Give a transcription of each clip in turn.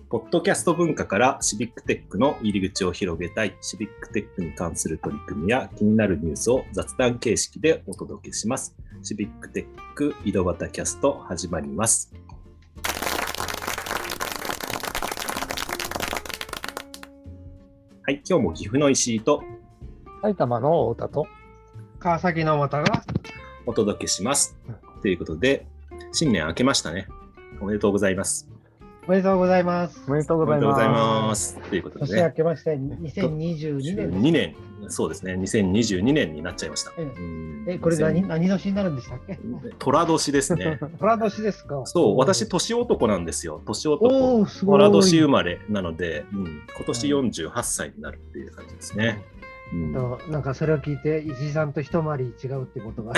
ポッドキャスト文化からシビックテックの入り口を広げたい、シビックテックに関する取り組みや気になるニュースを雑談形式でお届けします。シビックテック井戸端キャスト始まります。はい、今日も岐阜の石井と埼玉の太田と川崎の又がお届けします。ということで、新年明けましたね。おめでとうございます。 おめでとうございます。 おめでとうございます。 ということで年明けまして2022年。 2年、そうですね。2022年になっちゃいました。 これ何年になるんでしたっけ？ 寅年ですね。 寅年ですか。 そう、私年男なんですよ。年男。寅年生まれなので、今年48歳になるっていう感じですね。 なんかそれを聞いて石井さんと一回り違うってことが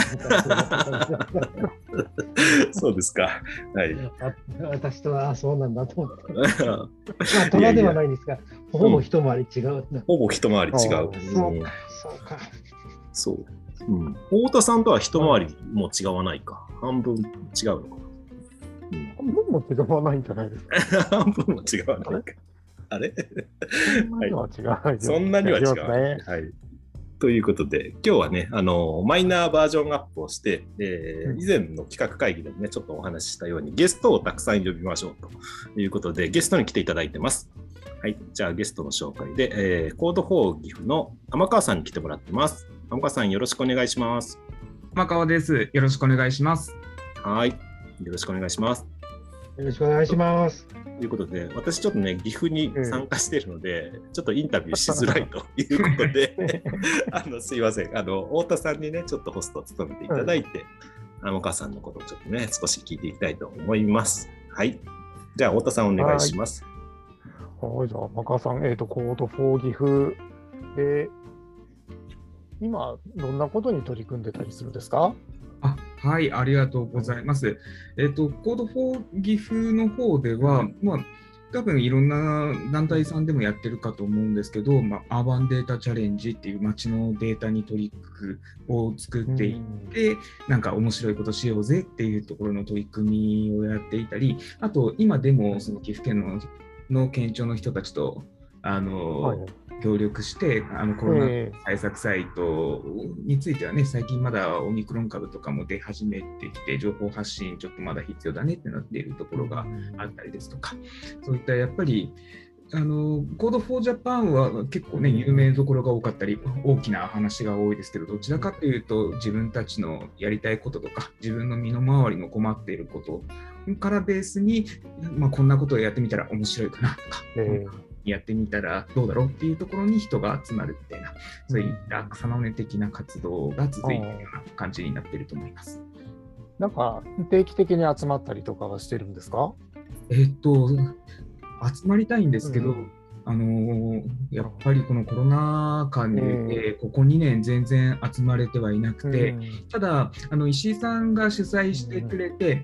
そうですか。はい。 私とはそうなんだと思って。まあ虎ではないんですが、ほぼ一回り違う。 ほぼ一回り違う。 そうか。 そう。太田さんとは一回りも違わないか。半分違うのかな。 半分も違わないんじゃないですか。 半分も違わないか。あれそんなには違わない、 そんなには違わない、はい。ということで、今日はね、マイナーバージョンアップをして、以前の企画会議でもね、ちょっとお話ししたように、ゲストをたくさん呼びましょうということで、ゲストに来ていただいてます。はい、じゃあゲストの紹介で、コード4岐阜の天川さんに来てもらってます。天川さん、よろしくお願いします。 天川です。よろしくお願いします。 はい、よろしくお願いします。 よろしくお願いします。 ということで、私ちょっとね、岐阜に参加しているので、ちょっとインタビューしづらいということで、すいません、太田さんにね、ちょっとホストを務めていただいて、天川さんのことをちょっとね、少し聞いていきたいと思います。はい。じゃあ、太田さんお願いします。 はい、じゃあ、天川さん、コード4岐阜で、今、どんなことに取り組んでたりするんですか？ はい、ありがとうございます。コード4岐阜の方では、多分いろんな団体さんでもやってるかと思うんですけど、アーバンデータチャレンジっていう街のデータに取り組むを作っていって、なんか面白いことしようぜっていうところの取り組みをやっていたり、あと今でもその岐阜県の県庁の人たちと協力してコロナ対策サイトについてはね、最近まだオミクロン株とかも出始めてきて、情報発信ちょっとまだ必要だねってなっているところがあったりですとか、そういったやっぱりコードフォージャパンは結構ね、有名どころが多かったり、大きな話が多いですけど、どちらかというと自分たちのやりたいこととか、自分の身の回りの困っていることからベースに、こんなことをやってみたら面白いかなとか、やってみたらどうだろうっていうところに人が集まるみたいな、そういった草の根的な活動が続いているような感じになっていると思います。 なんか定期的に集まったりとかはしてるんですか？ 集まりたいんですけど、やっぱりこのコロナ禍で、ここ2年全然集まれてはいなくて、ただ石井さんが主催してくれて、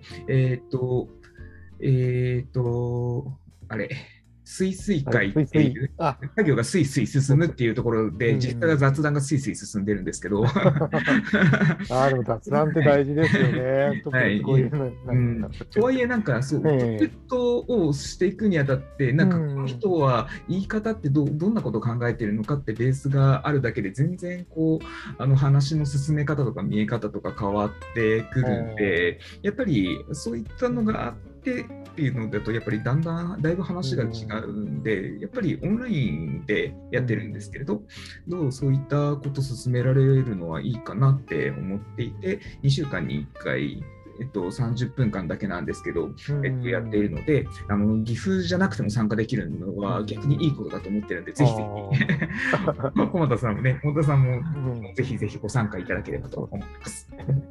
スイスイ会っていう作業がスイスイ進むっていうところで、実際は雑談がスイスイ進んでるんですけどでも雑談って大事ですよね。特にこういうのとはいえ、なんかそうプロジェクトをしていくにあたって、なんかこの人は言い方ってどんなことを考えているのかってベースがあるだけで、全然こう話の進め方とか見え方とか変わってくるんで、やっぱりそういったのがあってっていうのだと、やっぱりだいぶ話が違うんで、やっぱりオンラインでやってるんですけれど、そういったことを進められるのはいいかなって思っていて、2週間に1回30分間だけなんですけど、やっているので、岐阜じゃなくても参加できるのは逆にいいことだと思ってるので、ぜひぜひ駒田さんもね、太田さんもぜひぜひご参加いただければと思います。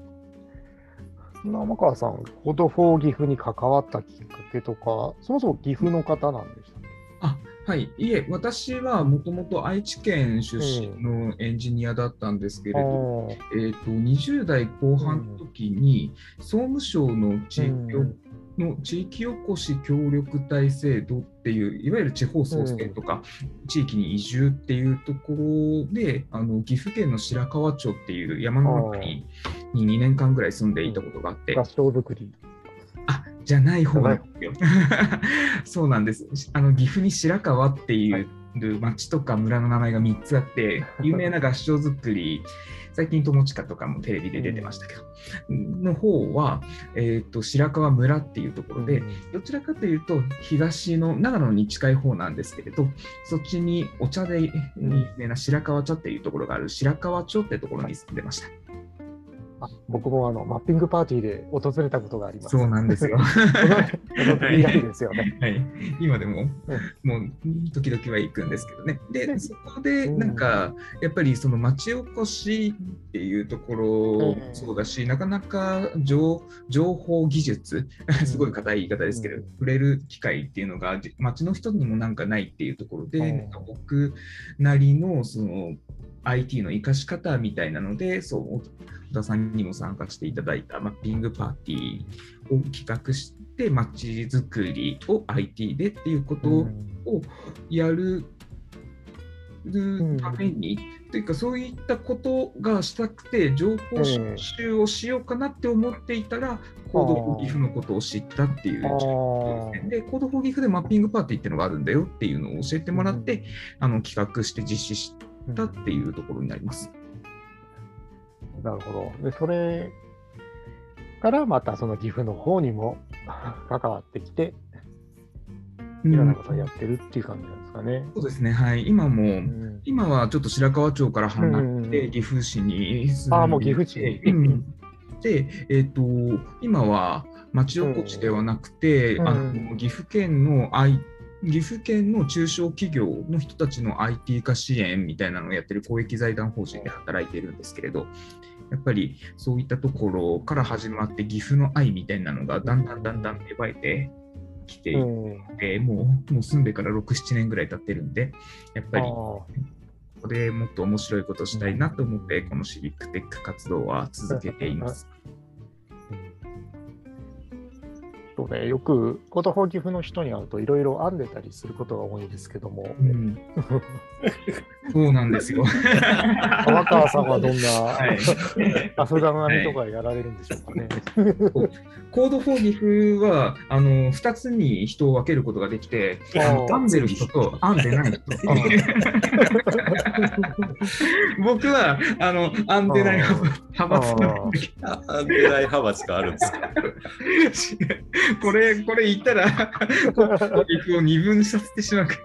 天川さん、コード4岐阜に関わったきっかけとか、そもそも岐阜の方なんでしたっけ？ はい、いえ、私はもともと愛知県出身のエンジニアだったんですけれど、20代後半の時に総務省の地域おこし協力隊制度っていう、いわゆる地方創生とか地域に移住っていうところで、岐阜県の白川町っていう山の中に2年間ぐらい住んでいたことがあって、 合掌造り。 じゃない方なんですよ。そうなんです。岐阜に白川っていう町とか村の名前が3つあって、有名な合掌造り、最近友近とかもテレビで出てましたけど、の方は、白川村っていうところで、どちらかというと東の長野に近い方なんですけれど、そっちにお茶で有名な白川茶っていうところがある白川町ってところに住んでました。 僕もマッピングパーティーで訪れたことがあります。 そうなんですよ。 いいですよね。 はい、今でも、もう時々は行くんですけどね。で、そこでなんか、やっぱりその町おこしっていうところもそうだし、なかなか情報技術、すごい硬い言い方ですけど、触れる機会っていうのが町の人にもなんかないっていうところで、なんか僕なりのその IT の活かし方みたいなので、小田さんにも参加していただいたマッピングパーティーを企画して、まちづくりを IT でっていうことをやるために、というかそういったことがしたくて情報収集をしようかなって思っていたら、コードフォーギフのことを知ったっていう状況ですね。で、コードフォーギフでマッピングパーティーっていうのがあるんだよっていうのを教えてもらって、企画して実施したっていうところになります。 なるほど。で、それからまたその岐阜の方にも関わってきて、いろんなことをやってるっていう感じなんですかね。 そうですね、はい。今はちょっと白川町から離れて岐阜市に住んで、 もう岐阜市で、今は町おこしではなくて、岐阜県の中小企業の人たちの IT 化支援みたいなのをやってる公益財団法人で働いているんですけれど、やっぱりそういったところから始まって岐阜の愛みたいなのがだんだん芽生えてきていて、もう住んでから6、7年ぐらい経ってるんで、やっぱりここでもっと面白いことしたいなと思って、このシビックテック活動は続けています。 そうね、よくコードフォーギフの人に会うといろいろ編んでたりすることが多いんですけども、 そうなんですよ。 川川さんはどんなアフガン編みとかやられるんでしょうかね。 コードフォーギフは2つに人を分けることができて、編んでる人と編んでない人。僕は編んでない派閥なんです。 編んでない派閥があるんですか。 これ言ったら、コードフォーギフを二分させてしまうから。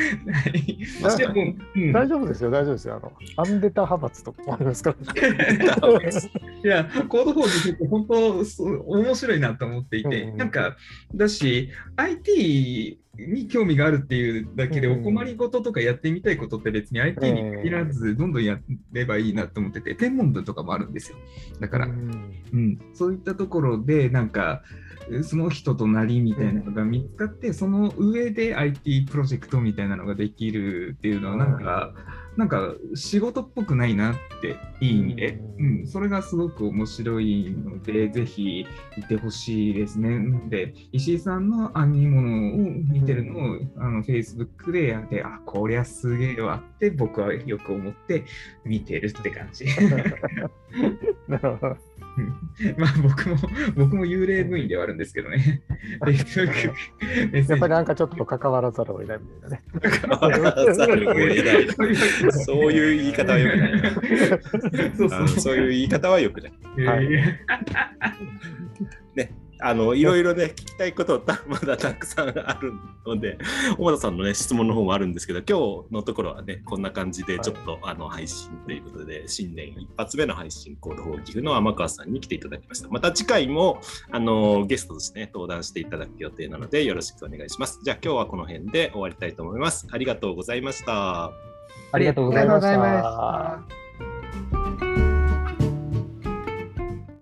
大丈夫ですよ、大丈夫ですよ。アンデタ派閥とかもありますから。 いや、コードフォーギフって本当面白いなと思っていて、なんか、だし、IT に興味があるっていうだけで、お困りごととかやってみたいことって別に IT に限らず、どんどんやればいいなと思ってて、天文部とかもあるんですよ。だから、そういったところで、なんか、その人となりみたいなのが見つかって、その上で IT プロジェクトみたいなのができるっていうのはなんか仕事っぽくないなっていい意味で、それがすごく面白いので、ぜひいてほしいですね。で、石井さんの編み物を見てるのをFacebook でやって、こりゃすげえわって僕はよく思って見てるって感じ。 なるほど。 まあ僕も幽霊部員ではあるんですけどね。 やっぱりなんかちょっと関わらざるを得ないみたいなね。 関わらざるを得ない。そういう言い方はよくない。そういう言い方はよくない。ね。いろいろね、聞きたいことまだたくさんあるので、小田さんのね、質問の方もあるんですけど、今日のところはね、こんな感じでちょっと、配信ということで、新年一発目の配信、コードフォーギフの天川さんに来ていただきました。また次回も、ゲストとしてね、登壇していただく予定なので、よろしくお願いします。じゃあ今日はこの辺で終わりたいと思います。ありがとうございました。 ありがとうございました。